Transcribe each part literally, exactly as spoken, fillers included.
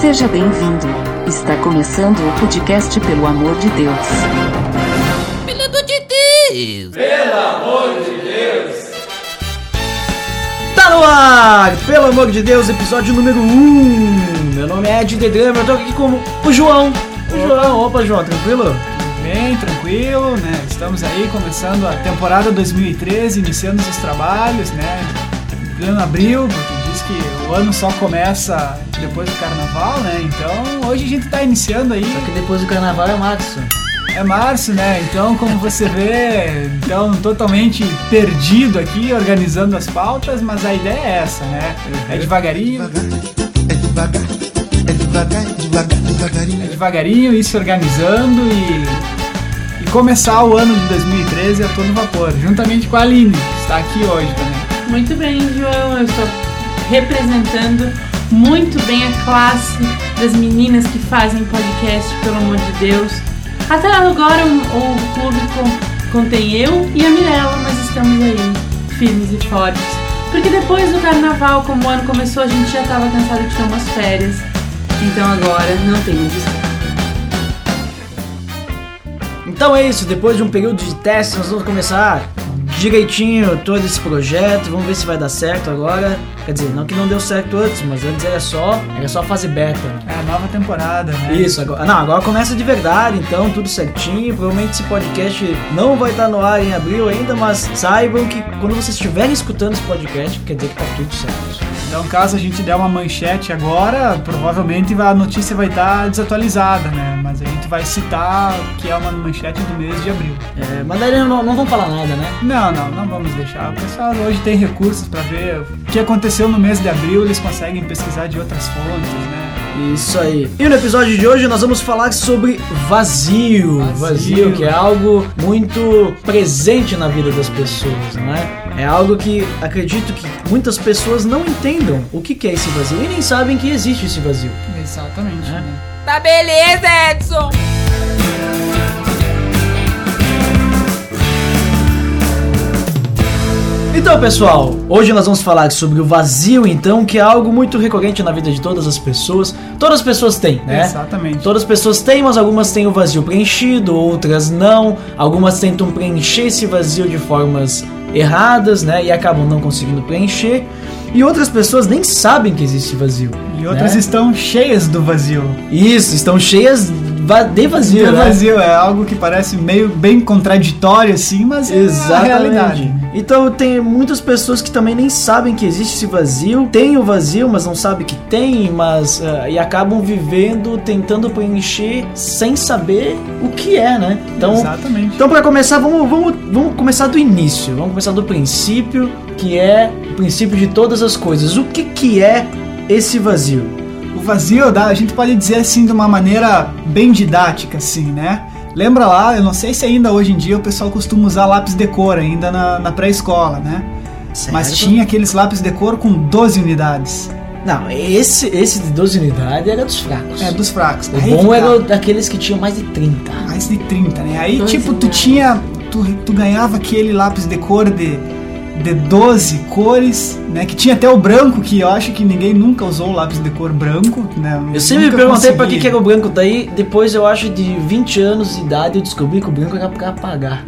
Seja bem-vindo. Está começando o podcast Pelo Amor de Deus. Pelo amor de Deus! Pelo amor de Deus! Tá no ar! Pelo amor de Deus, episódio número um. Meu nome é Ed The Drummer, eu tô aqui com o João. O João, opa João, tranquilo? Bem, tranquilo, né? Estamos aí começando a temporada dois mil e treze, iniciando os trabalhos, né? Pleno abril, porque diz que o ano só começa depois do carnaval, né? Então hoje a gente tá iniciando aí. Só que depois do carnaval é março. É março, né? Então, como você vê, então totalmente perdido aqui, organizando as pautas, mas a ideia é essa, né? É devagarinho. É devagar, é devagar, é devagar, devagarinho. É devagarinho, ir se organizando e, e começar o ano de dois mil e treze a todo vapor, juntamente com a Aline, que está aqui hoje também. Muito bem, João, eu estou representando muito bem a classe das meninas que fazem podcast, pelo amor de Deus. Até agora o, o clube com, contém eu e a Mirella, mas estamos aí, firmes e fortes. Porque depois do carnaval, como o ano começou, a gente já estava cansado de ter umas férias. Então agora não tem mais desculpa. Então é isso, depois de um período de teste, nós vamos começar direitinho todo esse projeto, vamos ver se vai dar certo agora. Quer dizer, não que não deu certo antes, mas antes era só, era só fase beta. É a nova temporada, né? Isso, agora, não, agora começa de verdade, então tudo certinho. Provavelmente esse podcast não vai estar no ar em abril ainda, mas saibam que quando vocês estiverem escutando esse podcast, quer dizer que tá tudo certo. Então, caso a gente der uma manchete agora, provavelmente a notícia vai estar desatualizada, né? Mas a gente vai citar que é uma manchete do mês de abril. É, mas daí não, não vão falar nada, né? Não, não, não vamos deixar. O pessoal hoje tem recursos para ver o que aconteceu no mês de abril, eles conseguem pesquisar de outras fontes, né? Isso aí. E no episódio de hoje nós vamos falar sobre vazio. Vazio, vazio que é algo muito presente na vida das pessoas, não é? É algo que acredito que muitas pessoas não entendam o que é esse vazio e nem sabem que existe esse vazio. Exatamente. É? Né? Tá beleza, Edson! Então, pessoal, hoje nós vamos falar sobre o vazio, então, que é algo muito recorrente na vida de todas as pessoas. Todas as pessoas têm, né? Exatamente. Todas as pessoas têm, mas algumas têm o vazio preenchido, outras não. Algumas tentam preencher esse vazio de formas erradas, né? E acabam não conseguindo preencher. E outras pessoas nem sabem que existe vazio. E outras, né, estão cheias do vazio. Isso, estão cheias de vazio, de né? vazio, é algo que parece meio bem contraditório assim, mas exatamente. É a realidade. Então tem muitas pessoas que também nem sabem que existe esse vazio, tem o vazio, mas não sabem que tem, mas uh, e acabam vivendo, tentando preencher sem saber o que é, né? Então, exatamente. Então, para começar, vamos, vamos, vamos começar do início, vamos começar do princípio, que é o princípio de todas as coisas. O que, que é esse vazio? O vazio, a gente pode dizer assim de uma maneira bem didática, assim, né? Lembra lá, eu não sei se ainda hoje em dia o pessoal costuma usar lápis de cor ainda na, na pré-escola, né? Certo. Mas tinha aqueles lápis de cor com doze unidades. Não, esse, esse de doze unidades era dos fracos. É, dos fracos. O Aí bom era daqueles que tinham mais de trinta. Mais de trinta, né? Aí, doze tipo, tu unidades. tinha... Tu, tu ganhava aquele lápis de cor de... de doze cores, né, que tinha até o branco, que eu acho que ninguém nunca usou o lápis de cor branco, né. Eu sempre me perguntei pra que, que era o branco, daí depois eu acho de vinte anos de idade eu descobri que o branco era pra apagar.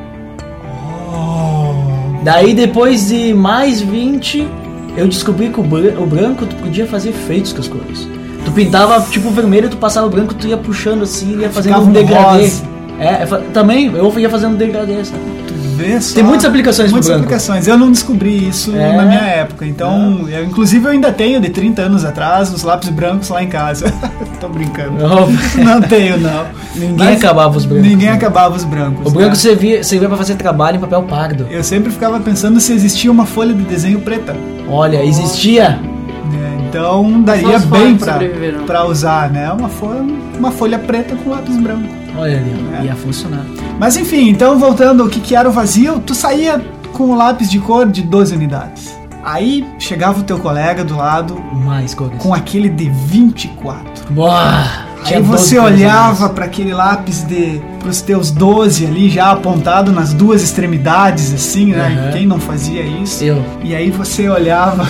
Oh. Daí depois de mais vinte eu descobri que o, bran- o branco tu podia fazer efeitos com as cores. Tu pintava tipo vermelho, tu passava o branco, tu ia puxando assim, ia fazendo Ficava um um degradê. rosa. É, eu fa- também eu ia fazendo degradê, sabe? Vê só. Tem muitas aplicações Muitas pro branco. aplicações. Eu não descobri isso É. na minha época. Então, eu, inclusive eu ainda tenho de trinta anos atrás os lápis brancos lá em casa. Tô brincando. Não. Não tenho, não. Ninguém Mas acabava os brancos. Ninguém acabava os brancos. O branco né? servia, servia pra fazer trabalho em papel pardo. Eu sempre ficava pensando se existia uma folha de desenho preta. Olha, existia. É, então daria Só os bem fortes pra, sobreviveram. pra usar, né? Uma folha, uma folha preta com lápis branco. Olha ali, ó, É. ia funcionar. Mas enfim, então voltando ao que, que era o vazio, tu saía com o lápis de cor de doze unidades. Aí chegava o teu colega do lado Mais cores. com aquele de vinte e quatro. Boa! Aí você olhava para aquele lápis de pros teus doze ali já apontado nas duas extremidades, assim, né? Uhum. Quem não fazia isso? Eu. E aí você olhava.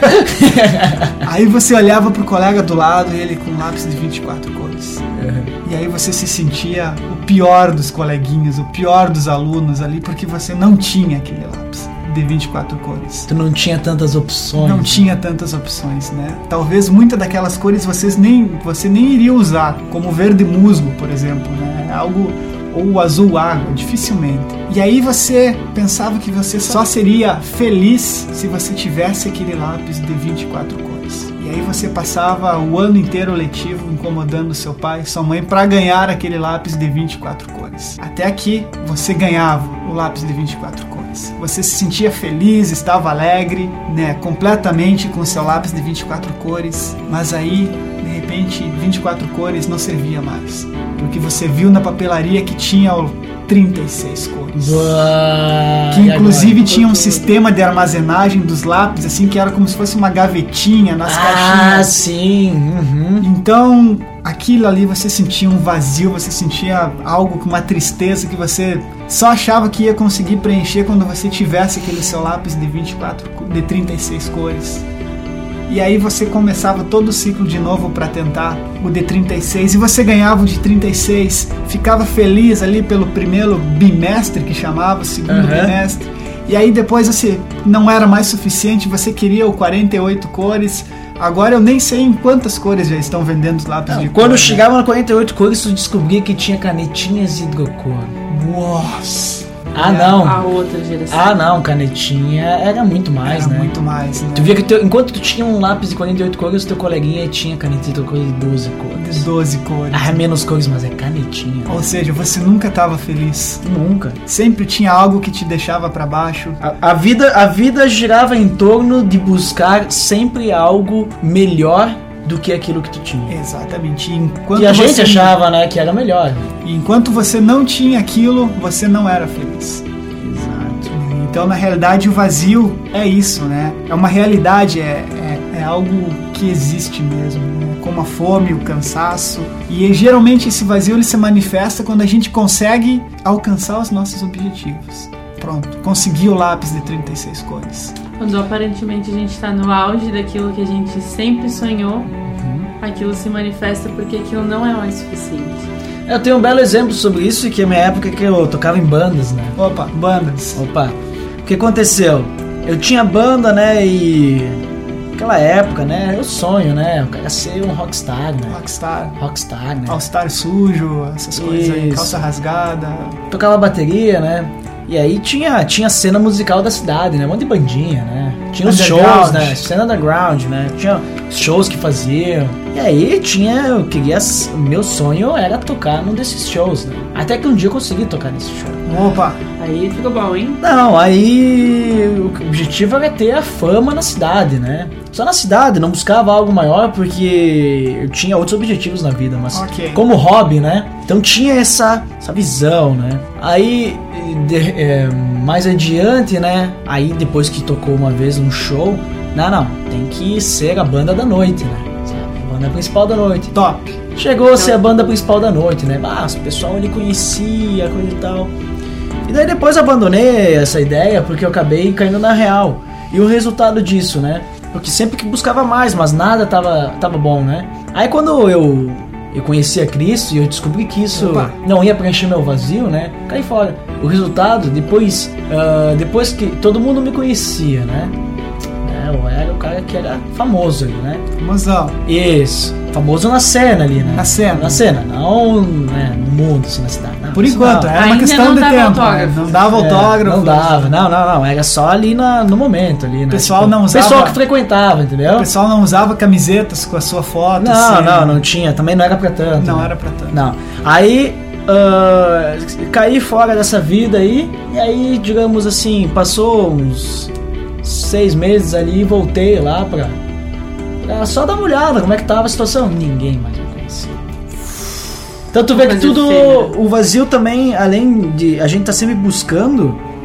Aí você olhava pro colega do lado e ele com um lápis de vinte e quatro cores. Uhum. E aí você se sentia o pior dos coleguinhas, o pior dos alunos ali, porque você não tinha aquele lápis de vinte e quatro cores. Tu não tinha tantas opções. Não tinha tantas opções, né? Talvez muitas daquelas cores vocês nem, você nem iria usar, como verde musgo, por exemplo, né? Algo, ou azul água, dificilmente. E aí você pensava que você só seria feliz se você tivesse aquele lápis de vinte e quatro cores. E aí você passava o ano inteiro letivo incomodando seu pai e sua mãe para ganhar aquele lápis de vinte e quatro cores. Até que você ganhava o lápis de vinte e quatro cores. Você se sentia feliz, estava alegre, né, completamente com o seu lápis de vinte e quatro cores, mas aí, de repente, vinte e quatro cores não servia mais, porque você viu na papelaria que tinha trinta e seis cores. Uau, que inclusive tinha um sistema de armazenagem dos lápis, assim, que era como se fosse uma gavetinha nas ah, caixinhas. Ah, sim. Uhum. Então, aquilo ali você sentia um vazio, você sentia algo com uma tristeza que você só achava que ia conseguir preencher quando você tivesse aquele seu lápis de vinte e quatro, de trinta e seis cores. E aí você começava todo o ciclo de novo para tentar o de trinta e seis e você ganhava o de trinta e seis, ficava feliz ali pelo primeiro bimestre que chamava, segundo uhum. bimestre. E aí depois você não era mais suficiente, você queria o quarenta e oito cores. Agora eu nem sei em quantas cores já estão vendendo os lápis não, de cor. Quando né? chegava no quarenta e oito cores, tu descobria que tinha canetinhas hidrocor. Nossa! Ah, não. A outra geração. Ah, não. Canetinha era muito mais, era né? muito mais, né? Tu via que teu, enquanto tu tinha um lápis de quarenta e oito cores, teu coleguinha tinha caneta de cor de doze cores. De doze cores. Ah, é menos cores, mas é canetinha. Ou seja, você nunca estava feliz. Nunca. Sempre tinha algo que te deixava para baixo. A, a, vida, a vida girava em torno de buscar sempre algo melhor do que aquilo que tu tinha. Exatamente. Enquanto e a gente você... achava, né, que era melhor. E enquanto você não tinha aquilo, você não era feliz. Exato. Então, na realidade, o vazio é isso, né? É uma realidade, é, é, é algo que existe mesmo, né? Como a fome, o cansaço. E geralmente esse vazio ele se manifesta quando a gente consegue alcançar os nossos objetivos. Pronto, consegui o lápis de trinta e seis cores. Quando aparentemente a gente está no auge daquilo que a gente sempre sonhou, uhum. aquilo se manifesta porque aquilo não é mais suficiente. Eu tenho um belo exemplo sobre isso, que é a minha época que eu tocava em bandas, né? Opa, bandas. Opa, o que aconteceu? Eu tinha banda, né, e... Naquela época, né, eu sonho, né, eu quero ser um rockstar, né? Rockstar. Rockstar, né? All-Star sujo, essas coisas aí, calça rasgada. Tocava bateria, né? E aí tinha, tinha cena musical da cidade, né? Um monte de bandinha, né? Tinha os shows, né? Cena underground, né? Tinha shows que faziam. E aí tinha, eu queria, meu sonho era tocar num desses shows, né? Até que um dia eu consegui tocar nesse show. Opa! Aí ficou bom, hein? Não, aí o objetivo era ter a fama na cidade, né? Só na cidade, não buscava algo maior porque eu tinha outros objetivos na vida, mas okay. como hobby, né? Então tinha essa, essa visão, né? Aí, de, é, mais adiante, né? Aí depois que tocou uma vez um show, não, não, tem que ser a banda da noite, né? Sabe? A banda principal da noite. Top! Chegou a ser a banda principal da noite, né? Ah, o pessoal ali conhecia, coisa e tal. E daí depois eu abandonei essa ideia porque eu acabei caindo na real. E o resultado disso, né? Porque sempre que buscava mais, mas nada tava, tava bom, né? Aí quando eu, eu conheci a Cristo e eu descobri que isso Opa. não ia preencher meu vazio, né? Caí fora. O resultado, depois, uh, depois que todo mundo me conhecia, né? Eu era o cara que era famoso ali, né? Famosão. Isso. Famoso na cena ali, né? Na cena. Na cena, não né, no mundo, assim, na cidade. Não, Por enquanto, não. era uma Ainda questão de tempo. Né? Não dava autógrafo. É, não dava, não, não, não. Era só ali na, no momento ali, né? O pessoal tipo, não usava. O pessoal que frequentava, entendeu? O pessoal não usava camisetas com a sua foto. Não, assim, não, não tinha. Também não era pra tanto. Não né? era pra tanto. Não. Aí. Uh, caí fora dessa vida aí. E aí, digamos assim, passou uns seis meses ali e voltei lá pra. pra só dar uma olhada como é que tava a situação. Ninguém mais me conhecia. Então tu vê que tudo, o vazio também, além de a gente tá sempre buscando,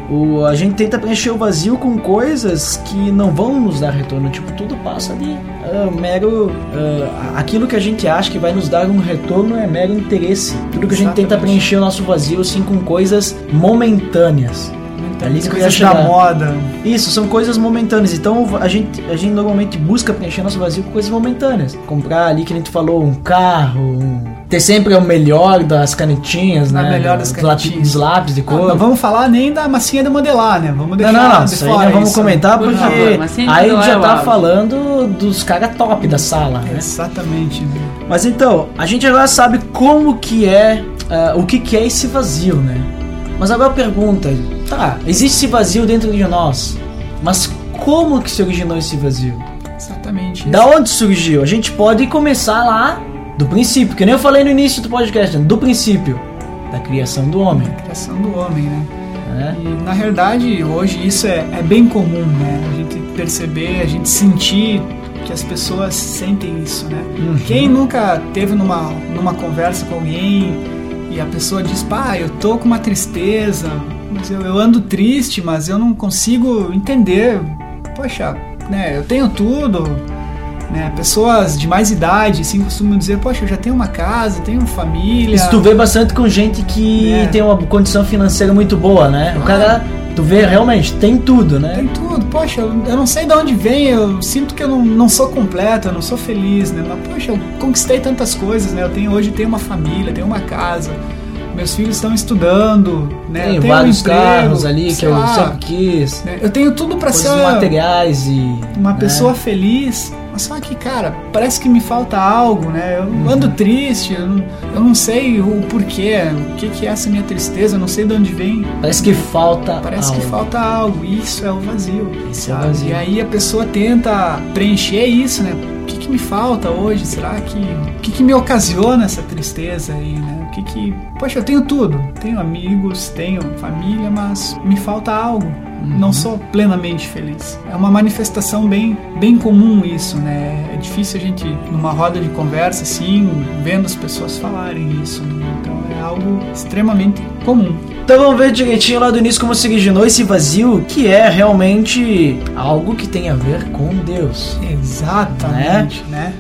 o, a gente tenta preencher o vazio com coisas que não vão nos dar retorno. Tipo, tudo passa ali. Uh, mero. Uh, aquilo que a gente acha que vai nos dar um retorno é mero interesse. Tudo que a gente Exatamente. tenta preencher o nosso vazio assim com coisas momentâneas. Ali que eu ia Coisas da chegar. moda. Isso, são coisas momentâneas. Então a gente, a gente normalmente busca preencher nosso vazio com coisas momentâneas. Comprar ali, que a gente falou, um carro, um... ter sempre o melhor das canetinhas, A né? melhor das Dos canetinhas. lápis- Dos lápis de Ah, cor. não vamos falar nem da massinha de modelar, né? Vamos Não, deixar não, não, de isso aí fora nós vamos isso. comentar Por porque favor, mas sem aí dúvida já é o tá auge. falando dos caras top da sala, né? Exatamente, né? Mas então, a gente agora sabe como que é, uh, o que que é esse vazio, né? Mas agora a pergunta, tá, existe esse vazio dentro de nós, mas como que se originou esse vazio? Exatamente. Da onde surgiu? A gente pode começar lá do princípio, que nem eu falei no início do podcast, né? Do princípio da criação do homem, A criação do homem, né? né? E na verdade, hoje isso é, é bem comum, né? A gente perceber, a gente sentir que as pessoas sentem isso, né? Uhum. Quem nunca teve numa, numa conversa com alguém e a pessoa diz, pá, eu tô com uma tristeza, mas eu, eu ando triste, mas eu não consigo entender. Poxa, né? Eu tenho tudo, né? Pessoas de mais idade, assim, costumam dizer, poxa, eu já tenho uma casa, tenho família. Isso tu vê bastante com gente que É. tem uma condição financeira muito boa, né? O cara, tu vê realmente, tem tudo, né? Tem tudo, poxa, eu, eu não sei de onde vem, eu sinto que eu não, não sou completo, eu não sou feliz, né? Mas, poxa, eu conquistei tantas coisas, né? Eu tenho, hoje tenho uma família, tenho uma casa, meus filhos estão estudando, né? Tem eu tenho vários um emprego, carros ali que sei eu lá, sempre quis, né? Eu tenho tudo pra coisas ser materiais e... uma né? pessoa feliz, mas só que, cara, parece que me falta algo, né? Eu Uhum. ando triste, eu não, eu não sei o porquê, o que, que é essa minha tristeza, eu não sei de onde vem. Parece que falta Parece algo. que falta algo, isso é o vazio. Esse é o sabe? vazio. E aí a pessoa tenta preencher isso, né? O que, que me falta hoje? Será que. O que, que me ocasiona essa tristeza aí, né? O que que. Poxa, eu tenho tudo. Tenho amigos, tenho família, mas me falta algo. Uhum. Não sou plenamente feliz. É uma manifestação bem, bem comum isso, né? É difícil a gente, numa roda de conversa, assim, vendo as pessoas falarem isso, né? Então é algo extremamente comum. Então vamos ver direitinho lá do início como se originou esse vazio, que é realmente algo que tem a ver com Deus. Exatamente, né?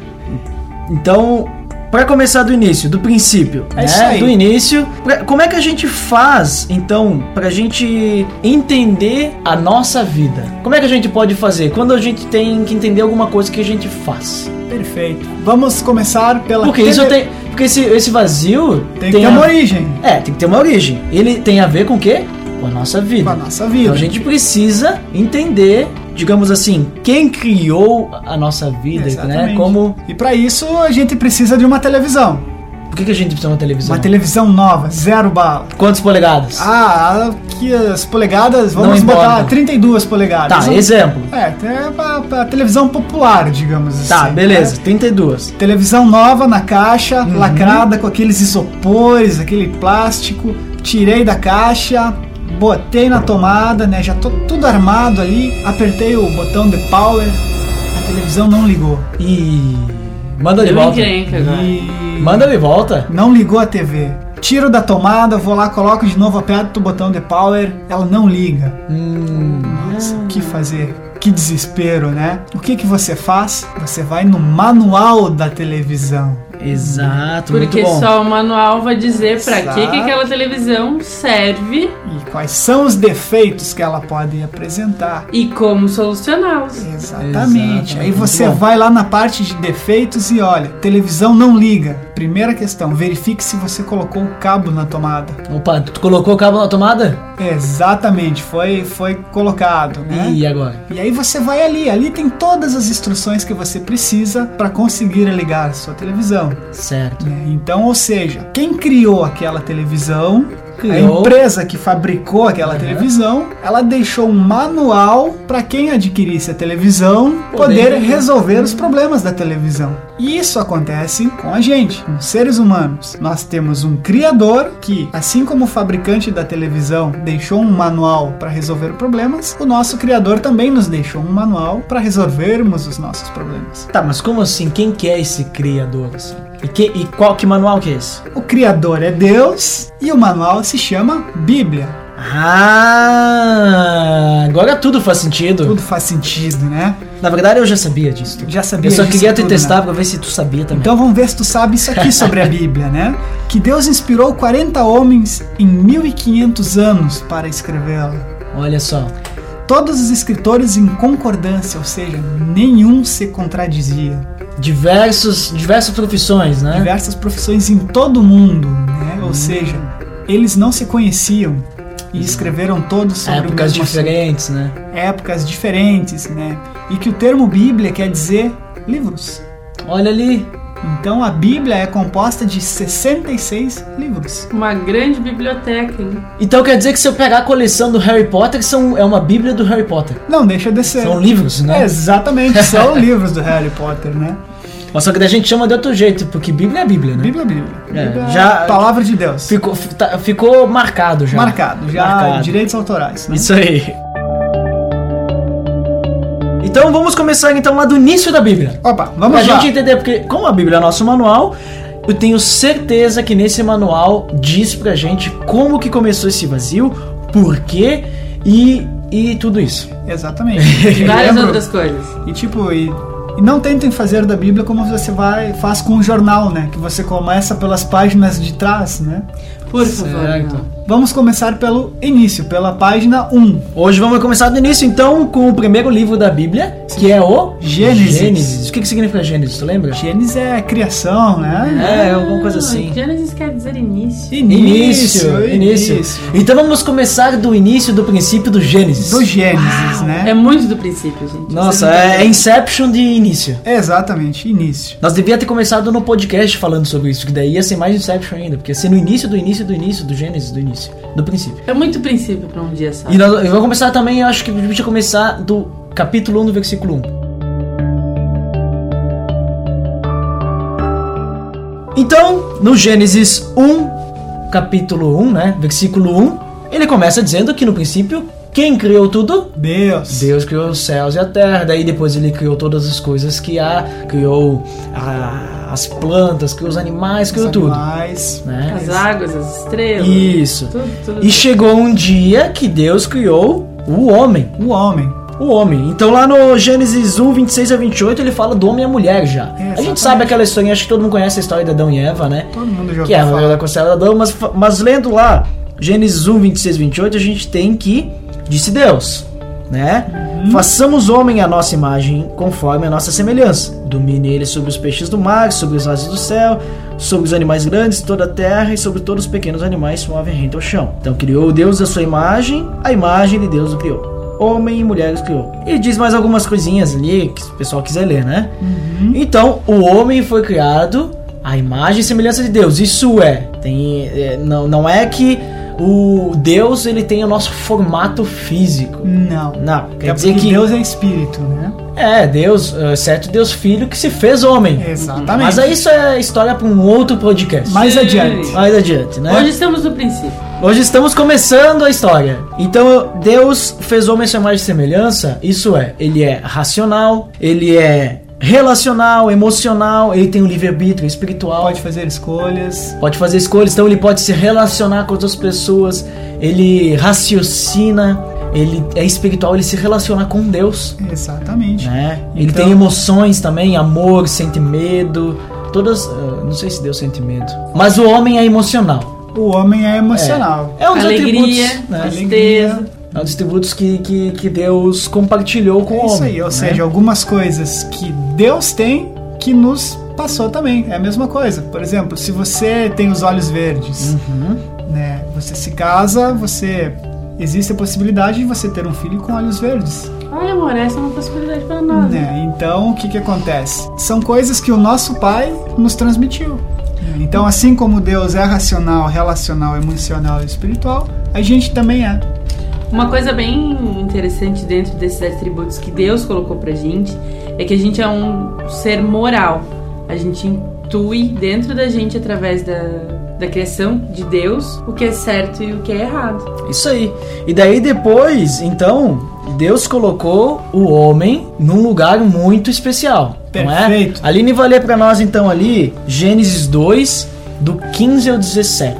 Então, para começar do início, do princípio, É né? isso aí. Do início, pra- como é que a gente faz, então, pra gente entender a nossa vida? Como é que a gente pode fazer quando a gente tem que entender alguma coisa que a gente faz? Perfeito. Vamos começar pela Porque isso tem, porque esse, esse vazio tem que ter uma a- origem É, tem que ter uma origem. Ele tem a ver com o quê? Com a nossa vida. com a nossa vida. Então a gente precisa entender, digamos assim, quem criou a nossa vida, né? Exatamente. Como, E para isso a gente precisa de uma televisão. por que, que a gente precisa de uma televisão? Uma televisão nova, zero bala. Quantas polegadas? Ah, aqui as polegadas, Não vamos importa. botar trinta e duas polegadas. Tá, Vamos- exemplo. É, até pra, pra televisão popular, digamos assim. Tá, beleza, né? trinta e duas. Televisão nova na caixa, Uhum. lacrada com aqueles isopores, aquele plástico. Tirei da caixa, botei na tomada, né? Já tô tudo armado ali. Apertei o botão de power. A televisão não ligou. E manda de Deu volta. encrenca agora. E Manda de volta. não ligou a T V. Tiro da tomada, vou lá, coloco de novo, aperto o botão de power, ela não liga. Hum, Nossa, o que fazer? Que desespero, né? O que que você faz? Você vai no manual da televisão. exato, Porque muito bom. só o manual vai dizer pra que, que Exato. aquela televisão serve E quais são os defeitos que ela pode apresentar. e como solucioná-los. Exatamente. Exato, Aí muito você bom. vai lá na parte de defeitos e olha, televisão não liga. Primeira questão, verifique se você colocou o cabo na tomada. Opa, tu colocou o cabo na tomada? Exatamente, foi, foi colocado, né? E agora? E aí você vai ali, ali tem todas as instruções que você precisa para conseguir ligar a sua televisão. Certo. Né? Então, ou seja, quem criou aquela televisão, a Criou. empresa que fabricou aquela Uhum. televisão, ela deixou um manual para quem adquirisse a televisão Poder poder resolver os problemas da televisão. E isso acontece com a gente, com os seres humanos. Nós temos um criador que, assim como o fabricante da televisão deixou um manual para resolver problemas, o nosso criador também nos deixou um manual para resolvermos os nossos problemas. Tá, mas como assim? Quem que é esse criador, assim? E, que, e qual que manual que é esse? O criador é Deus e o manual se chama Bíblia. Ah, agora tudo faz sentido. Tudo faz sentido, né? Na verdade eu já sabia disso. Já sabia Eu só disso queria te tudo, testar, né? pra ver se tu sabia também. Então vamos ver se tu sabe isso aqui sobre a Bíblia, né? Que Deus inspirou quarenta homens em mil e quinhentos anos para escrevê-la. Olha só. Todos os escritores em concordância, ou seja, nenhum se contradizia. Diversos, diversas profissões, né? Diversas profissões em todo o mundo, né? Ou seja, eles não se conheciam e escreveram todos sobre Épocas o mesmo diferentes, né? assunto. Épocas diferentes, né? E que o termo Bíblia quer dizer livros. Olha ali. Então a Bíblia é composta de sessenta e seis livros. Uma grande biblioteca, hein? Então quer dizer que se eu pegar a coleção do Harry Potter, são, é uma bíblia do Harry Potter. Não, deixa de ser. São livros, né? É, exatamente, são livros do Harry Potter, né? Mas só que daí a gente chama de outro jeito, porque Bíblia é Bíblia, né? Bíblia é Bíblia. É, Bíblia é já- palavra de Deus. Ficou, fi- tá- ficou marcado já. Marcado, já Marcado. direitos autorais, né? Isso aí. Então vamos começar então lá do início da Bíblia. Opa, vamos Pra lá. gente entender, porque como a Bíblia é nosso manual, eu tenho certeza que nesse manual diz pra gente como que começou esse vazio, por quê e, e tudo isso. Exatamente. E várias Lembro- outras coisas. E tipo, e, e não tentem fazer da Bíblia como você vai faz com um jornal, né? Que você começa pelas páginas de trás, né? Por favor. Certo. não. Vamos começar pelo início, pela página um. Hoje vamos começar do início então com o primeiro livro da Bíblia, que é o Gênesis. Gênesis. O que, que significa Gênesis, tu lembra? Gênesis é criação, né? É, alguma coisa assim. Gênesis quer dizer início. Início, início. Então vamos começar do início, do princípio do Gênesis. Do Gênesis, né? É muito do princípio, gente. Nossa, Vocês não é, é entendem. Inception de início. Exatamente, início. Nós devíamos ter começado no podcast falando sobre isso, que daí ia ser mais Inception ainda, porque ia ser no início do início do início do Gênesis, do início, do princípio. É muito princípio pra um dia só. E nós, eu vou começar também, eu acho que a gente vai começar do capítulo um, do versículo um. Então, no Gênesis um, capítulo um, né, versículo um, ele começa dizendo que no princípio, quem criou tudo? Deus. Deus criou os céus e a terra, daí depois ele criou todas as coisas que há, criou a- as plantas, criou os animais, criou Os tudo. animais. Né? As águas, as estrelas. Isso. Tudo, tudo. E chegou um dia que Deus criou o homem. O homem. O homem. Então lá no Gênesis um, vinte e seis a vinte e oito ele fala do homem e a mulher já. A exatamente. gente sabe aquela historinha, acho que todo mundo conhece a história de Adão e Eva, né? Todo mundo já Que é a ouviu mulher falar. da constelação de Adão, mas, mas lendo lá Gênesis um, vinte e seis a vinte e oito a gente tem que, disse Deus, né? Uhum. Façamos homem à nossa imagem, conforme a nossa semelhança. Domine ele sobre os peixes do mar, sobre as aves do céu, sobre os animais grandes de toda a terra e sobre todos os pequenos animais que movem rente ao chão. Então criou Deus a sua imagem, a imagem de Deus o criou. Homem e mulher os criou. E diz mais algumas coisinhas ali que o pessoal quiser ler, né? Uhum. Então, o homem foi criado à imagem e semelhança de Deus. Isso é, tem, é, não, não é que o Deus ele tem o nosso formato físico. Não. Não, quer É dizer porque que Deus é espírito, né? é Deus, é, certo Deus Filho que se fez homem. Exatamente. Mas aí isso é história para um outro podcast. Mais Sim. adiante. Mais adiante, né? Hoje estamos no princípio. Hoje estamos começando a história. Então, Deus fez homem à sua imagem e semelhança. Isso é, ele é racional, ele é relacional, emocional, ele tem um livre-arbítrio espiritual. Pode fazer escolhas. Pode fazer escolhas, então ele pode se relacionar com outras pessoas, ele raciocina, ele é espiritual, ele se relaciona com Deus, Exatamente. né? Ele Então- tem emoções também, amor, sente medo, todas, uh, não sei se Deus sente medo, mas o homem é emocional. O homem é emocional. É um dos Alegria, atributos, né? tristeza. É um dos atributos que, que, que Deus compartilhou com É o homem. isso aí, ou né? seja, algumas coisas que Deus tem que nos passou também. É a mesma coisa. Por exemplo, se você tem os olhos verdes, Uhum. né? Você se casa, você existe a possibilidade de você ter um filho com olhos verdes, Olha, amor, essa é uma possibilidade para nós. né? Então, o que que acontece? São coisas que o nosso pai nos transmitiu. Então, assim como Deus é racional, relacional, emocional e espiritual, a gente também é. Uma coisa bem interessante dentro desses atributos que Deus colocou pra gente é que a gente é um ser moral. A gente intui dentro da gente, através da, da criação de Deus, o que é certo e o que é errado. Isso aí. E daí depois, então, Deus colocou o homem num lugar muito especial. Não é? Perfeito. Aline vai ler pra nós então ali Gênesis dois, do quinze ao dezessete.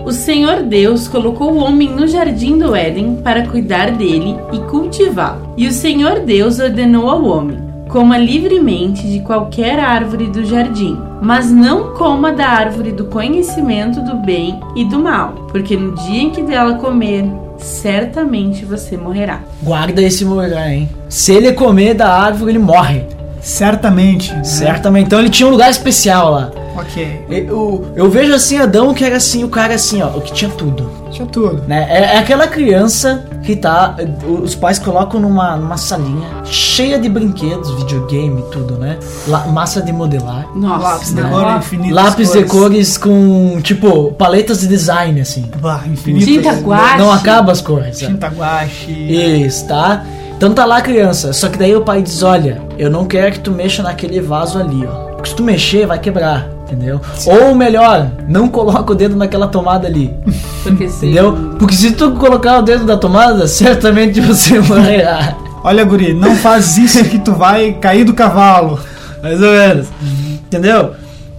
O Senhor Deus colocou o homem no jardim do Éden para cuidar dele e cultivá-lo. E o Senhor Deus ordenou ao homem: coma livremente de qualquer árvore do jardim, mas não coma da árvore do conhecimento do bem e do mal, porque no dia em que dela comer, certamente você morrerá. Guarda esse lugar, hein? Se ele comer da árvore, ele morre. Certamente. Né? Certamente. Então ele tinha um lugar especial lá. Ok. Eu, eu vejo assim Adão, que era assim, o cara assim, ó, o que tinha tudo. Tinha tudo. Né? É, é aquela criança que tá. Os pais colocam numa, numa salinha cheia de brinquedos, videogame, tudo, né? La, massa de modelar. Nossa, lápis de né? cor, infinitas Lápis cores. de cores com, tipo, paletas de design, assim. Bah, infinitas. Tinta guache. Não acaba as cores. sabe? Tinta guache. Isso, tá? Então tá lá a criança. Só que daí o pai diz: olha, eu não quero que tu mexa naquele vaso ali, ó. Porque se tu mexer, vai quebrar. Entendeu? Sim. Ou melhor, não coloca o dedo naquela tomada ali. Porque se... Entendeu? Porque se tu colocar o dedo na tomada, certamente você morrerá. Olha, guri, não faz isso que tu vai cair do cavalo. Mais ou menos. Entendeu?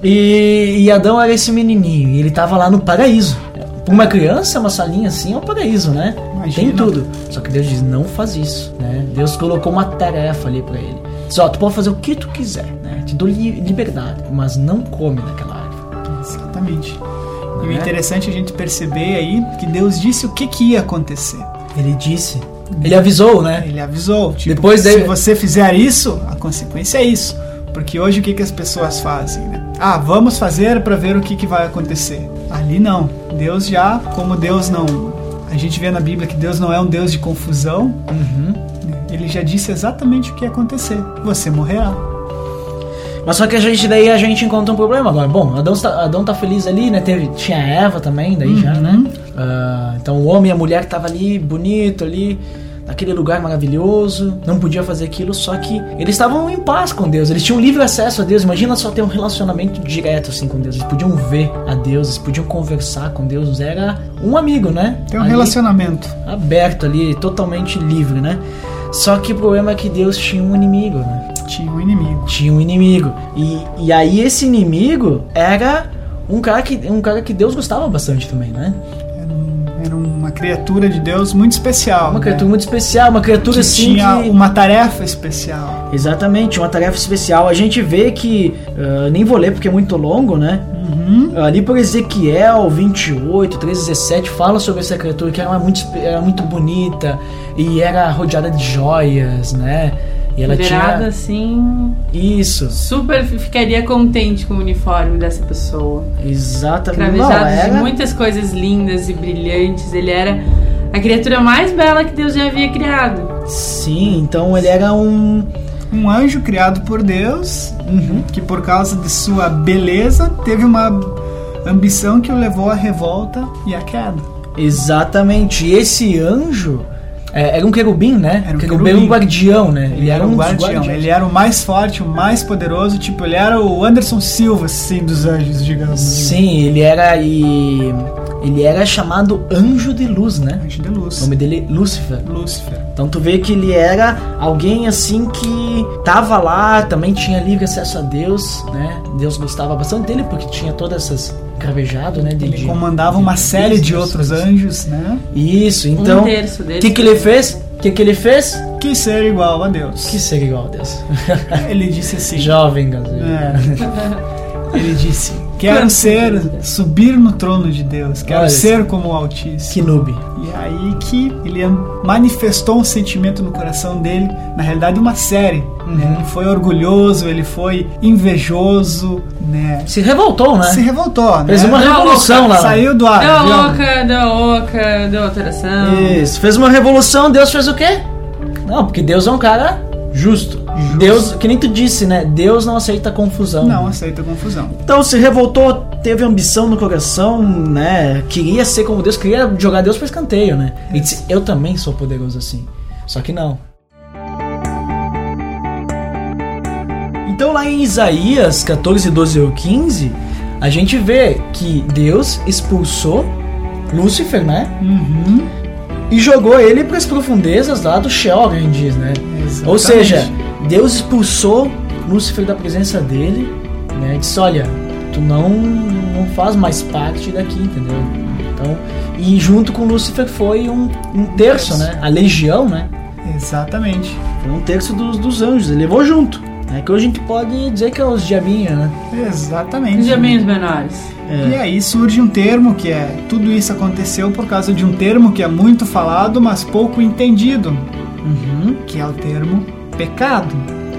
E, e Adão era esse menininho. E ele tava lá no paraíso. Pra uma criança, uma salinha assim é um paraíso, né? Imagina. Tem tudo. Só que Deus diz: não faz isso, né? Deus colocou uma tarefa ali pra ele. Diz: ó, tu pode fazer o que tu quiser, né? Te dou li- liberdade, mas não come naquela árvore. Exatamente. Não E o é? interessante é a gente perceber aí que Deus disse o que, que ia acontecer. Ele disse. Ele avisou, né? Ele avisou. Tipo, Depois se daí- você fizer isso, a consequência é isso. Porque hoje o que, que as pessoas fazem, né? Ah, vamos fazer para ver o que, que vai acontecer. Ali não. Deus já, como Deus não... A gente vê na Bíblia que Deus não é um Deus de confusão. Uhum. Ele já disse exatamente o que ia acontecer. Você morrerá. Mas só que a gente daí a gente encontra um problema agora. Bom, Adão tá, Adão tá feliz ali, né? Teve, tinha Eva também, daí Uhum. já, né? Ah, então o homem e a mulher que tava ali, bonito ali, naquele lugar maravilhoso, não podia fazer aquilo, só que eles estavam em paz com Deus, eles tinham livre acesso a Deus. Imagina só ter um relacionamento direto assim com Deus. Eles podiam ver a Deus, eles podiam conversar com Deus, era um amigo, né? Tem um Ali, relacionamento. aberto ali, totalmente livre, né? Só que o problema é que Deus tinha um inimigo, né? Tinha um inimigo. Tinha um inimigo. E, e aí esse inimigo era um cara, que, um cara que Deus gostava bastante também, né? Era, um, era uma criatura de Deus muito especial. Uma né? criatura muito especial, uma criatura que assim tinha que... uma tarefa especial. Exatamente, uma tarefa especial. A gente vê que, uh, nem vou ler porque é muito longo, né? Uhum. Ali por Ezequiel vinte e oito, treze, dezessete, fala sobre essa criatura que era uma muito, era muito bonita e era rodeada de joias, né? E ela Liberada, tinha... assim, Isso, super ficaria contente com o uniforme dessa pessoa. exatamente. Cravejado Não, era- de muitas coisas lindas e brilhantes. Ele era a criatura mais bela que Deus já havia criado. Sim, então ele era um... Um anjo criado por Deus, Uhum. que por causa de sua beleza teve uma ambição que o levou à revolta e à queda. Exatamente. E esse anjo é, era um querubim, né? Era um querubim, querubim. um guardião, né? Ele era um um dos guardião, guardiões. ele era o mais forte, o mais poderoso, tipo, ele era o Anderson Silva, assim, dos anjos, digamos. Sim, ele era e ele era chamado anjo de luz, né? Anjo de O luz. nome dele é Lúcifer. Lúcifer. Então tu vê que ele era alguém assim que tava lá, também tinha livre acesso a Deus, né? Deus gostava bastante dele porque tinha todas essas cravejado, né? De, Ele de- comandava de- uma de- série de business. outros anjos, né? Isso, então um o terço deles. que que ele fez? O que que ele fez? Que ser igual a Deus. Que ser igual a Deus. Ele disse assim. Jovem, Gazinho. É. Ele disse: quero ser, subir no trono de Deus, quero Olha, ser como o Altíssimo. Que noob. E aí que ele manifestou um sentimento no coração dele, na realidade uma série. Uhum. Né? Ele foi orgulhoso, ele foi invejoso, né? Se revoltou, né? Se revoltou, né? Fez uma Deu a revolução louca. lá. Saiu do ar. Deu a viu? louca, deu a louca, deu alteração. Isso, fez uma revolução, Deus fez o quê? Não, porque Deus é um cara justo. Justo. Deus, que nem tu disse, né? Deus não aceita confusão. Não aceita confusão. Então se revoltou, teve ambição no coração, né? Queria ser como Deus, queria jogar Deus para escanteio, né? E disse: eu também sou poderoso assim. Só que não. Então lá em Isaías catorze, doze ou quinze, a gente vê que Deus expulsou Lúcifer, né? Uhum. E jogou ele para as profundezas lá do Sheol, a gente diz, né? Exatamente. Ou seja, Deus expulsou Lúcifer da presença dele, né? E disse: olha, tu não, não faz mais parte daqui, entendeu? Então, e junto com Lúcifer foi um, um terço, né? A legião, né? Exatamente. Foi um terço dos, dos anjos, ele levou junto. É que hoje a gente pode dizer que é os diabinhos, né? Exatamente. Os diabinhos menores. É. E aí surge um termo que é... Tudo isso aconteceu por causa de um termo que é muito falado, mas pouco entendido. Uhum. Que é o termo pecado.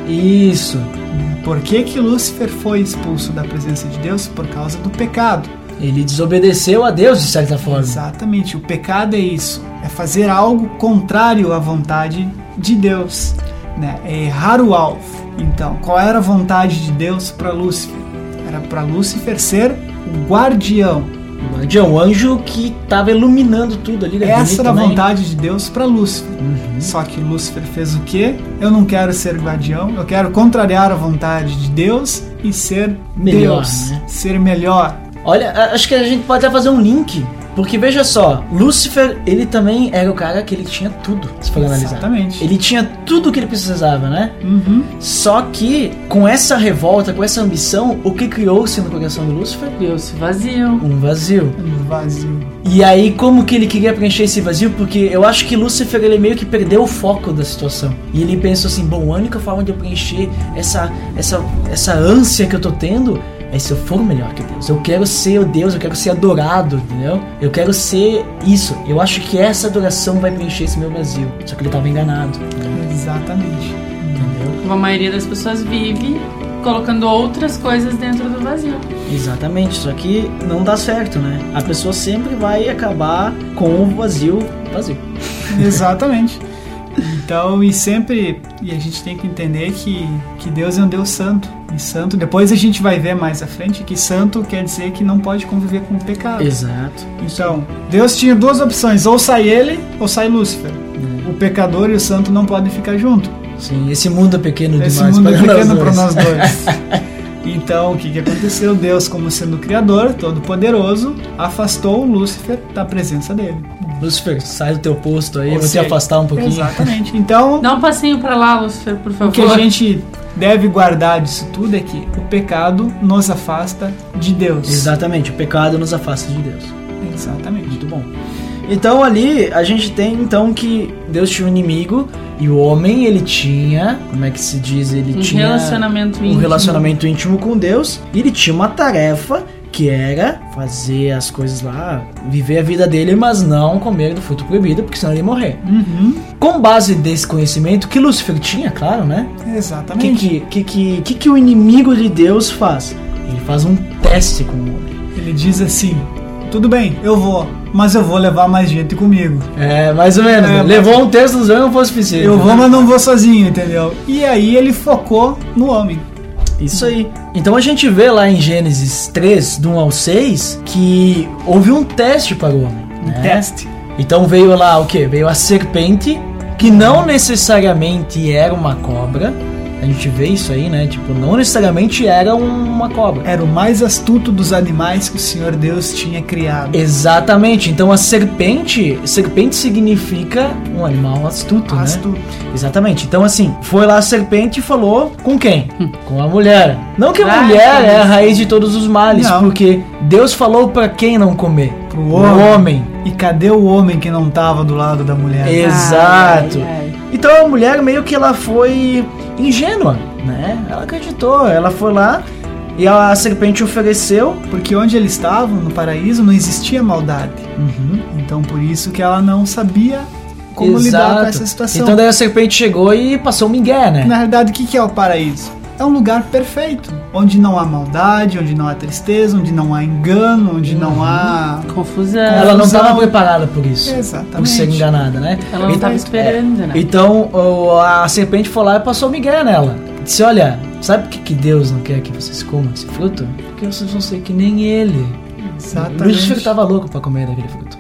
Isso. Por que que Lúcifer foi expulso da presença de Deus? Por causa do pecado. Ele desobedeceu a Deus, de certa forma. Exatamente. O pecado é isso. É fazer algo contrário à vontade de Deus. Né? É errar o alvo. Então, qual era a vontade de Deus para Lúcifer? Era para Lúcifer ser o guardião. O guardião, o anjo que estava iluminando tudo ali. Essa era a vontade de Deus para Lúcifer. Uhum. Só que Lúcifer fez o quê? Eu não quero ser guardião, eu quero contrariar a vontade de Deus e ser Melhor, Deus. né? Ser melhor. Olha, acho que a gente pode até fazer um link. Porque veja só, Lúcifer, ele também era o cara que ele tinha tudo, se for analisar. Exatamente. Ele tinha tudo o que ele precisava, né? Uhum. Só que, com essa revolta, com essa ambição, o que criou-se no coração de Lúcifer? Criou-se vazio. Um vazio. Um vazio. E aí, como que ele queria preencher esse vazio? Porque eu acho que Lúcifer, ele meio que perdeu o foco da situação. E ele pensou assim, bom, a única forma de eu preencher essa, essa, essa ânsia que eu tô tendo é se eu for melhor que Deus. Eu quero ser o Deus, eu quero ser adorado, entendeu? Eu quero ser isso. Eu acho que essa adoração vai preencher esse meu vazio. Só que ele estava enganado. Né? Exatamente. Entendeu? Como a maioria das pessoas vive colocando outras coisas dentro do vazio. Exatamente, só que não dá certo, né? A pessoa sempre vai acabar com o vazio vazio. Exatamente. Então, e sempre, e a gente tem que entender que, que Deus é um Deus santo. E santo, depois a gente vai ver mais à frente que santo quer dizer que não pode conviver com o pecado. Exato. Então, Deus tinha duas opções, ou sai ele, ou sai Lúcifer. É. O pecador e o santo não podem ficar juntos. Sim, esse mundo é pequeno demais. Esse mundo é pequeno para nós nós dois. Então, o que, que aconteceu? Deus, como sendo o Criador, todo-poderoso, afastou Lúcifer da presença dele. Lúcifer, sai do teu posto aí, Ou eu vou seja, te afastar um pouquinho. Exatamente. Então, Dá um passinho pra lá, Lúcifer, por favor. o que a gente deve guardar disso tudo é que o pecado nos afasta de Deus. Exatamente, o pecado nos afasta de Deus. Exatamente. Muito bom. Então ali a gente tem então que Deus tinha um inimigo e o homem ele tinha, como é que se diz, ele um tinha relacionamento um íntimo. relacionamento íntimo com Deus e ele tinha uma tarefa que era fazer as coisas lá, viver a vida dele, mas não comer do fruto proibido, porque senão ele ia morrer. Uhum. Com base desse conhecimento que Lúcifer tinha, claro, né? O que Exatamente. que, que, que, que, que o inimigo de Deus faz? Ele faz um teste com o homem. Ele diz assim, tudo bem, eu vou, mas eu vou levar mais gente comigo. É, mais ou menos. É, né? Levou um terço dos anos, não foi o suficiente. Eu vou, mas não vou sozinho, entendeu? E aí ele focou no homem. Isso aí. Então a gente vê lá em Gênesis três, do um ao seis, que houve um teste para o homem. Um né? teste. Então veio lá o quê? Veio a serpente, que não necessariamente era uma cobra. A gente vê isso aí, né? Tipo, não necessariamente era uma cobra. Era o mais astuto dos animais que o Senhor Deus tinha criado. Exatamente. Então a serpente, serpente significa um animal astuto, Astuto. né? Exatamente. Então assim, foi lá a serpente e falou com quem? Com a mulher. Não que a Vai, mulher é a isso. raiz de todos os males, Não. porque Deus falou pra quem não comer? Pro O homem. homem. E cadê o homem que não tava do lado da mulher? Exato. Ai, ai, ai. Então a mulher meio que ela foi ingênua, né? Ela acreditou, ela foi lá e a serpente ofereceu. Porque onde eles estavam, no paraíso, não existia maldade. Uhum. Então por isso que ela não sabia como lidar com essa situação. Então daí a serpente chegou e passou um migué, né? Na realidade, o que que é o paraíso? É um lugar perfeito, onde não há maldade, onde não há tristeza, onde não há engano, onde não há... Confusão. Ela não Confusão. estava preparada por isso. Exatamente. Por ser enganada, né? Ela não estava esperando, né? Então o- a serpente foi lá e passou o migué nela. Disse, olha, sabe por que, que Deus não quer que vocês comam esse fruto? Porque vocês vão ser que nem ele. Exatamente. Lúcifer estava louco pra comer daquele fruto.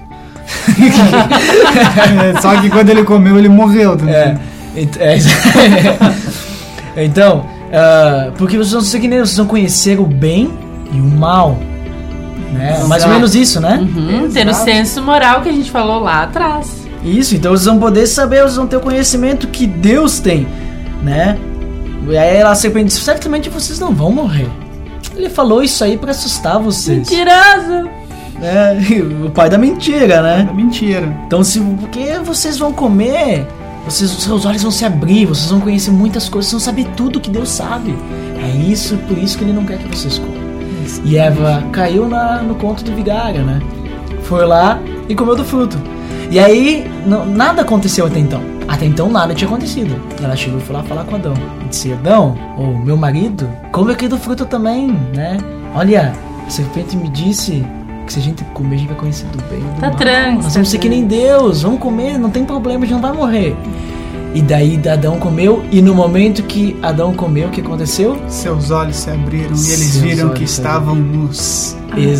É, só que quando ele comeu, ele morreu. É, Né? ent- é, então, ah, porque vocês vão ser que nem, vocês vão conhecer o bem e o mal. Né? Exato. Mais ou menos isso, né? Uhum, ter o Exato. senso moral que a gente falou lá atrás. Isso, então vocês vão poder saber, vocês vão ter o conhecimento que Deus tem, né? E aí a serpente disse, certamente vocês não vão morrer. Ele falou isso aí pra assustar vocês. Mentiroso! É, o pai da mentira, né? Da mentira. Então, se, porque vocês vão comer, vocês, seus olhos vão se abrir, vocês vão conhecer muitas coisas, vocês vão saber tudo que Deus sabe. É isso, por isso que ele não quer que vocês comam. E Eva caiu na, no conto do vigário, né? Foi lá e comeu do fruto. E aí, não, nada aconteceu até então. Até então nada tinha acontecido. Ela chegou e foi lá falar com Adão. E disse: Adão, o meu marido, come aqui do fruto também, né? Olha, a serpente me disse que se a gente comer, a gente vai conhecer do bem e do Tá mal. tranquilo. Nós vamos ser que nem Deus, vamos comer, não tem problema, a gente não vai morrer. E daí Adão comeu, e no momento que Adão comeu, o que aconteceu? Seus olhos se abriram e eles Seus viram que olhos se estavam nus.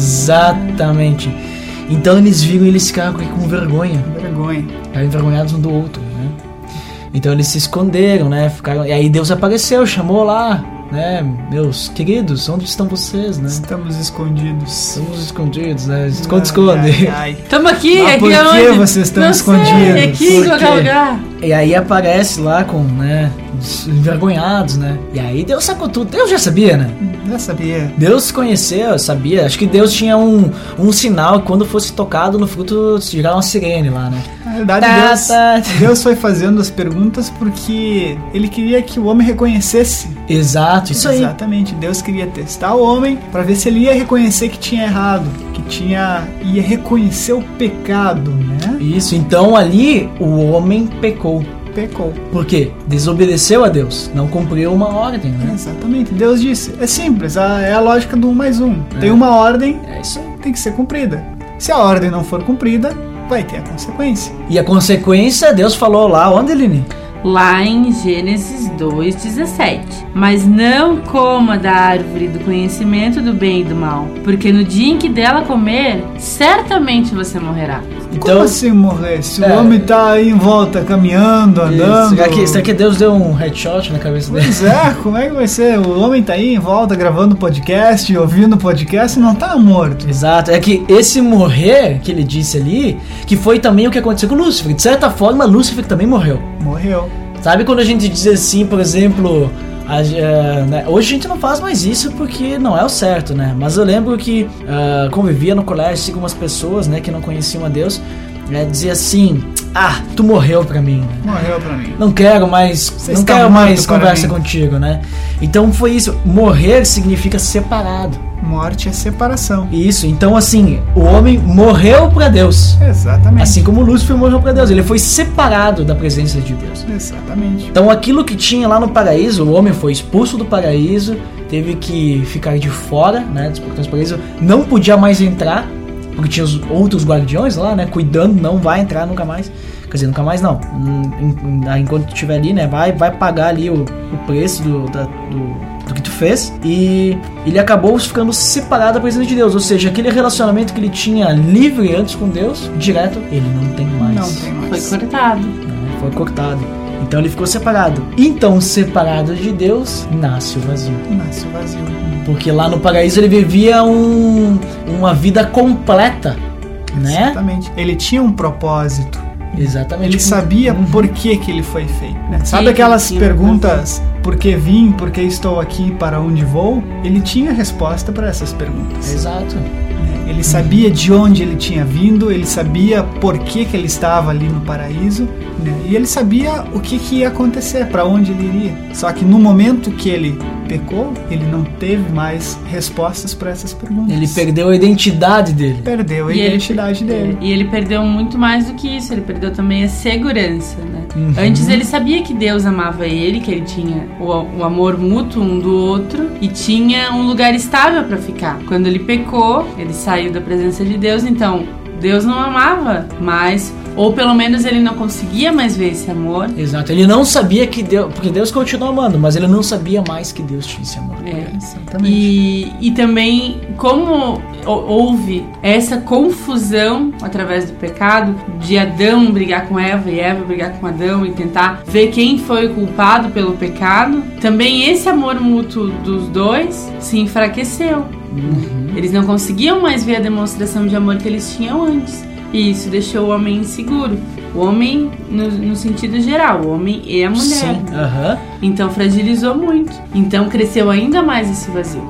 Exatamente. Então eles viram e eles ficaram com vergonha. Vergonha. Ficaram envergonhados um do outro, né? Então eles se esconderam, né? Ficaram... E aí Deus apareceu, chamou lá, né? Meus queridos, onde estão vocês, né? Estamos escondidos. Estamos escondidos, né? Esconde, esconde. Ai, ai, ai. Tamo aqui, Mas aqui por que aonde? vocês estão Não escondidos? sei, aqui em Por qualquer quê? lugar. E aí aparece lá com, né? Os envergonhados, né? E aí Deus sacou tudo. Deus já sabia, né? Já sabia. Deus conheceu, sabia. Acho que Deus tinha um, um sinal que quando fosse tocado no fruto, tirar uma sirene lá, né? Na verdade, Tá, Deus, tá. Deus foi fazendo as perguntas porque ele queria que o homem reconhecesse. Exato, isso aí. Exatamente. Deus queria testar o homem para ver se ele ia reconhecer que tinha errado, que tinha ia reconhecer o pecado, né? Isso, então ali o homem pecou. Pecou. Por quê? Desobedeceu a Deus, não cumpriu uma ordem, né? Exatamente. Deus disse, é simples, a- é a lógica do um mais um. É. Tem uma ordem, É isso aí. tem que ser cumprida. Se a ordem não for cumprida, vai ter a consequência. E a consequência, Deus falou lá, onde, Eline? Lá em Gênesis dois, dezessete. Mas não coma da árvore do conhecimento do bem e do mal, porque no dia em que dela comer, certamente você morrerá. Como assim morrer? Se É. o homem tá aí em volta, caminhando, andando... Será que, será que Deus deu um headshot na cabeça dele? Pois é, como é que vai ser? O homem tá aí em volta gravando podcast, ouvindo podcast e não tá morto. Exato, é que esse morrer que ele disse ali, que foi também o que aconteceu com Lúcifer. De certa forma, Lúcifer também morreu. Morreu. Sabe quando a gente diz assim, por exemplo, a, eh, né, hoje a gente não faz mais isso porque não é o certo, né? Mas eu lembro que ah, convivia no colégio assim, com umas pessoas, né, que não conheciam a Deus, né, dizia assim: ah, tu morreu pra mim, né? Morreu pra mim. Não quero mais, Você não está quero morto mais para conversa mim. contigo, né? Então foi isso. Morrer significa separado. Morte é separação. Isso. Então assim, o homem morreu pra Deus. Exatamente. Assim como Lúcifer morreu pra Deus, ele foi separado da presença de Deus. Exatamente. Então aquilo que tinha lá no paraíso, o homem foi expulso do paraíso, teve que ficar de fora, né, dos portões do paraíso, não podia mais entrar, porque tinha os outros guardiões lá, né, cuidando, não vai entrar nunca mais. Quer dizer, nunca mais não. Hum, em- em- Enquanto tu estiver ali, né, vai, vai pagar ali o, o preço do, da- do, do que tu fez. E ele acabou ficando separado da presença de Deus. Ou seja, aquele relacionamento que ele tinha livre antes com Deus, direto, ele não tem mais. Não tem mais. Foi cortado. Né, foi cortado. Então ele ficou separado. Então, separado de Deus, nasce o vazio. Nasce o vazio. Porque lá no paraíso ele vivia um, uma vida completa, né? Exatamente. Ele tinha um propósito. Exatamente. Ele sabia por que que ele foi feito, né? Sabe que aquelas que- perguntas, por que vim, por que estou aqui, para onde vou? Ele tinha resposta para essas perguntas. Exato. né? Ele sabia de onde ele tinha vindo, ele sabia por que que ele estava ali no paraíso, né? E ele sabia o que que ia acontecer, para onde ele iria. Só que no momento que ele pecou, ele não teve mais respostas para essas perguntas. Ele perdeu a identidade dele. Perdeu a E ele- identidade dele. E ele perdeu muito mais do que isso, ele perdeu também a segurança, né? Uhum. Antes ele sabia que Deus amava ele, que ele tinha o, o amor mútuo um do outro e tinha um lugar estável pra ficar. Quando ele pecou, ele saiu da presença de Deus, então Deus não amava mais, ou pelo menos ele não conseguia mais ver esse amor. Exato. Ele não sabia que Deus... Porque Deus continua amando, mas ele não sabia mais que Deus tinha esse amor. É. Exatamente. E, e também, como hou- houve essa confusão através do pecado, de Adão brigar com Eva e Eva brigar com Adão e tentar ver quem foi o culpado pelo pecado, também esse amor mútuo dos dois se enfraqueceu. Eles não conseguiam mais ver a demonstração de amor que eles tinham antes. E isso deixou o homem inseguro. O homem, no, no sentido geral, o homem e a mulher. Sim. Aham. Então fragilizou muito. Então cresceu ainda mais esse vazio.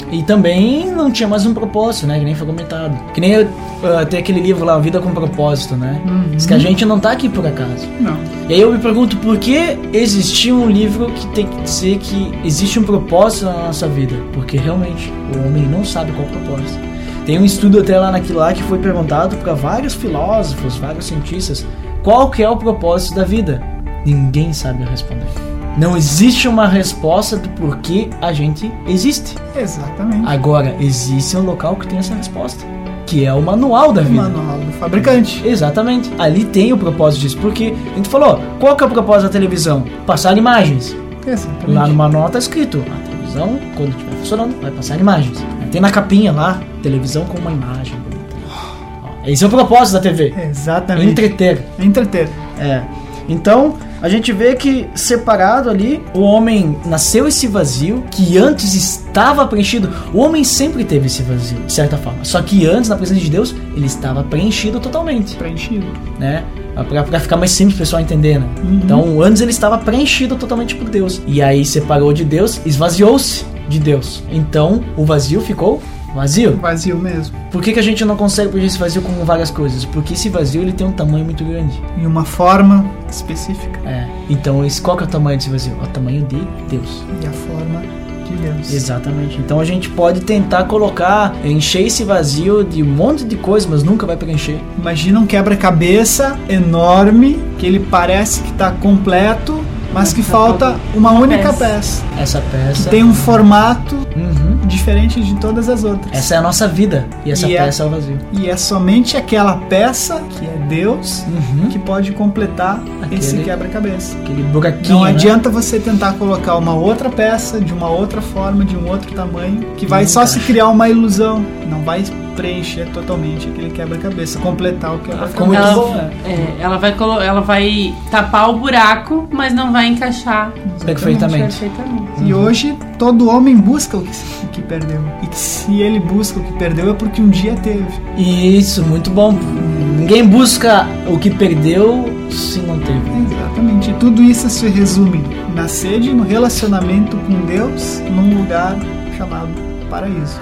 E também não tinha mais um propósito, né? Que nem foi comentado. Que nem uh, tem aquele livro lá, Vida com Propósito, né? Uhum. Diz que a gente não tá aqui por acaso. Não. E aí eu me pergunto por que existia um livro que tem que dizer que existe um propósito na nossa vida? Porque realmente o homem não sabe qual é o propósito. Tem um estudo até lá naquilo lá que foi perguntado para vários filósofos, vários cientistas, qual que é o propósito da vida? Ninguém sabe responder. Não existe uma resposta do porquê a gente existe. Exatamente. Agora, existe um local que tem essa resposta, que é o manual da vida. O manual do fabricante. Exatamente. Ali tem o propósito disso, porque a gente falou, qual que é o propósito da televisão? Passar imagens. Exatamente. Lá no manual tá escrito, a televisão, quando estiver funcionando, vai passar imagens. Tem na capinha lá, televisão com uma imagem bonita. Esse é o propósito da T V. Exatamente. Entreter. Entreter. É. Então, a gente vê que separado ali, o homem nasceu esse vazio que antes estava preenchido. O homem sempre teve esse vazio, de certa forma. Só que antes, na presença de Deus, ele estava preenchido totalmente. Preenchido. Né? Pra, pra ficar mais simples o pessoal entender, né? Uhum. Então, antes ele estava preenchido totalmente por Deus. E aí separou de Deus, esvaziou-se de Deus. Então, o vazio ficou vazio. Vazio mesmo. Por que, que a gente não consegue preencher esse vazio com várias coisas? Porque esse vazio ele tem um tamanho muito grande. E uma forma específica. É. Então, esse, qual que é o tamanho desse vazio? É o tamanho de Deus. E a forma de Deus. Exatamente. Então, a gente pode tentar colocar, encher esse vazio de um monte de coisas, mas nunca vai preencher. Imagina um quebra-cabeça enorme, que ele parece que está completo, mas que falta uma única peça. Essa peça que tem um formato uhum. diferente de todas as outras. Essa é a nossa vida. E essa e peça é, é o vazio. E é somente aquela peça, que é Deus, uhum. que pode completar aquele, esse quebra-cabeça. Aquele buraquinho. Não né? adianta você tentar colocar uma outra peça, de uma outra forma, de um outro tamanho, que vai Não só encaixa. se criar uma ilusão. Não vai preencher totalmente aquele quebra-cabeça, completar o quebra-cabeça. Como ela, bom, né? é, ela, vai colo- ela vai tapar o buraco, mas não vai encaixar perfeitamente. perfeitamente. E hoje todo homem busca o que, o que perdeu. E que se ele busca o que perdeu é porque um dia teve. Isso, muito bom. Ninguém busca o que perdeu se não teve. Exatamente. E tudo isso se resume na sede, no relacionamento com Deus, num lugar chamado paraíso.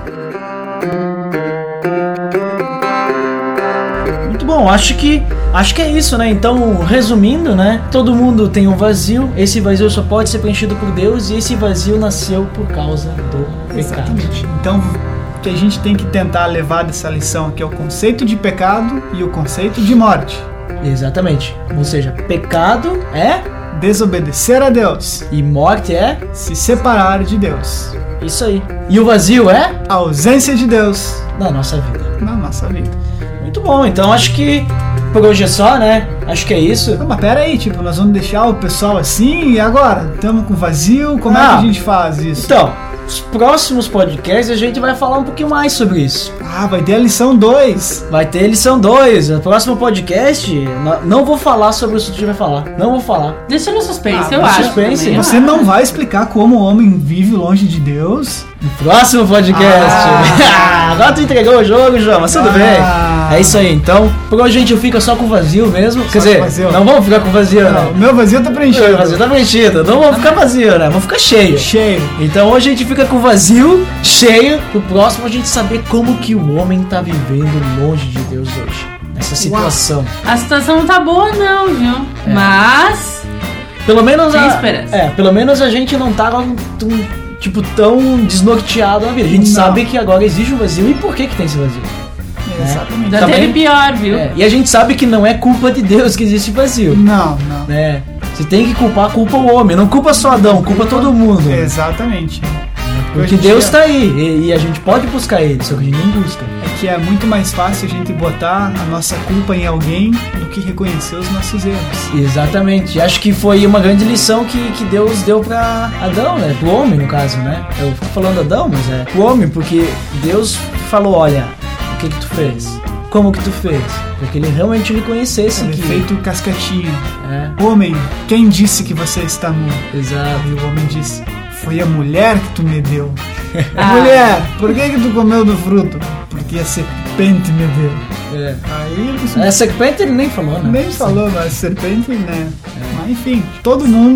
Muito bom, acho que acho que é isso, né? Então, resumindo, né? Todo mundo tem um vazio, esse vazio só pode ser preenchido por Deus e esse vazio nasceu por causa do pecado. Exatamente. Então, o que a gente tem que tentar levar dessa lição aqui é o conceito de pecado e o conceito de morte. Exatamente. Ou seja, pecado é desobedecer a Deus e morte é se separar de Deus. Isso aí. E o vazio é a ausência de Deus na nossa vida. Na nossa vida. Muito bom, então acho que por hoje é só, né? Acho que é isso. Não, mas pera aí, tipo, nós vamos deixar o pessoal assim e agora? Estamos com vazio, como ah, é que a gente faz isso? Então, os próximos podcasts a gente vai falar um pouquinho mais sobre isso. Ah, vai ter a lição dois. Vai ter a lição dois. No próximo podcast, não vou falar sobre o que a gente vai falar. Não vou falar. Deixa no suspense, ah, eu no acho. Suspense. Também. Você não vai explicar como o homem vive longe de Deus? No próximo podcast. Ah. Agora tu entregou o jogo, João, mas tudo ah. bem. É isso aí, então. Por hoje a gente fica só com vazio mesmo. Só Quer dizer, vazio. Não vamos ficar com vazio, não. né? O meu vazio tá preenchido. O meu vazio tá preenchido. Não vamos ficar vazio, né? Vamos ficar cheio. Cheio. Então hoje a gente fica com vazio, cheio. No próximo a gente saber como que o homem tá vivendo longe de Deus hoje. Nessa situação. Uau. A situação não tá boa não, viu? É. Mas... Pelo menos tem a... esperança. É, pelo menos a gente não tá tão, tipo, tão desnorteado na vida. A gente não. sabe que agora existe um vazio e por que que tem esse vazio. É, exatamente. Já Também, teve pior, viu? É, e a gente sabe que não é culpa de Deus que existe vazio. Não, não. É, você tem que culpar, culpa o homem. Não culpa só Adão, culpa todo mundo. Exatamente. Porque Deus está aí e, e a gente pode buscar ele, só que a gente não busca. É que é muito mais fácil a gente botar a nossa culpa em alguém do que reconhecer os nossos erros. Exatamente. Acho que foi uma grande lição que, que Deus deu pra Adão, né? Pro homem, no caso, né? Eu fico falando Adão, mas é pro homem, porque Deus falou, olha, o que que tu fez? Como que tu fez? Para que ele realmente reconhecesse é que... Efeito cascatinha. É. Homem, quem disse que você está nu? Exato. E o homem disse... Foi a mulher que tu me deu. Ah. Mulher, por que que tu comeu do fruto? Porque a serpente me deu. É. Aí eles... A serpente ele nem falou, né? Nem falou, mas a serpente, né? É. Mas enfim, todo mundo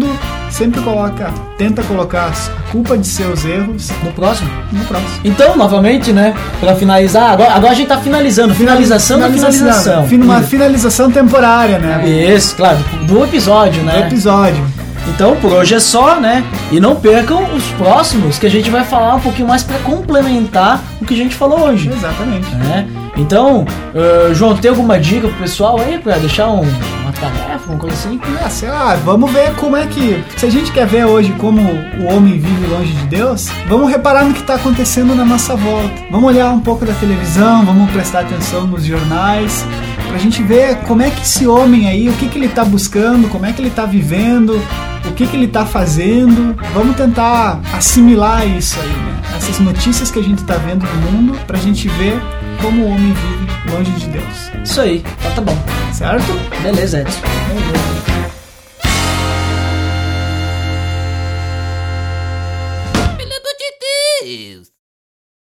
sempre coloca, tenta colocar a culpa de seus erros No próximo? no próximo. Então, novamente, né, pra finalizar, agora, agora a gente tá finalizando, finalização da finalização. Fin- Uma Isso. finalização temporária, né? Isso, claro, do episódio, Do né? episódio. Então, por hoje é só, né? E não percam os próximos, que a gente vai falar um pouquinho mais pra complementar o que a gente falou hoje, Exatamente. né? Então, uh, João, tu tem alguma dica pro pessoal aí pra deixar um, uma tarefa, uma coisa assim? Ah, sei lá, vamos ver como é que... Se a gente quer ver hoje como o homem vive longe de Deus, vamos reparar no que está acontecendo na nossa volta. Vamos olhar um pouco da televisão, vamos prestar atenção nos jornais, pra gente ver como é que esse homem aí, o que, que ele está buscando, como é que ele está vivendo, o que, que ele está fazendo. Vamos tentar assimilar isso aí, né? Essas notícias que a gente está vendo no mundo, pra gente ver como o homem vive longe de Deus. Isso aí, então tá bom. Certo? Beleza, Edson. Beleza.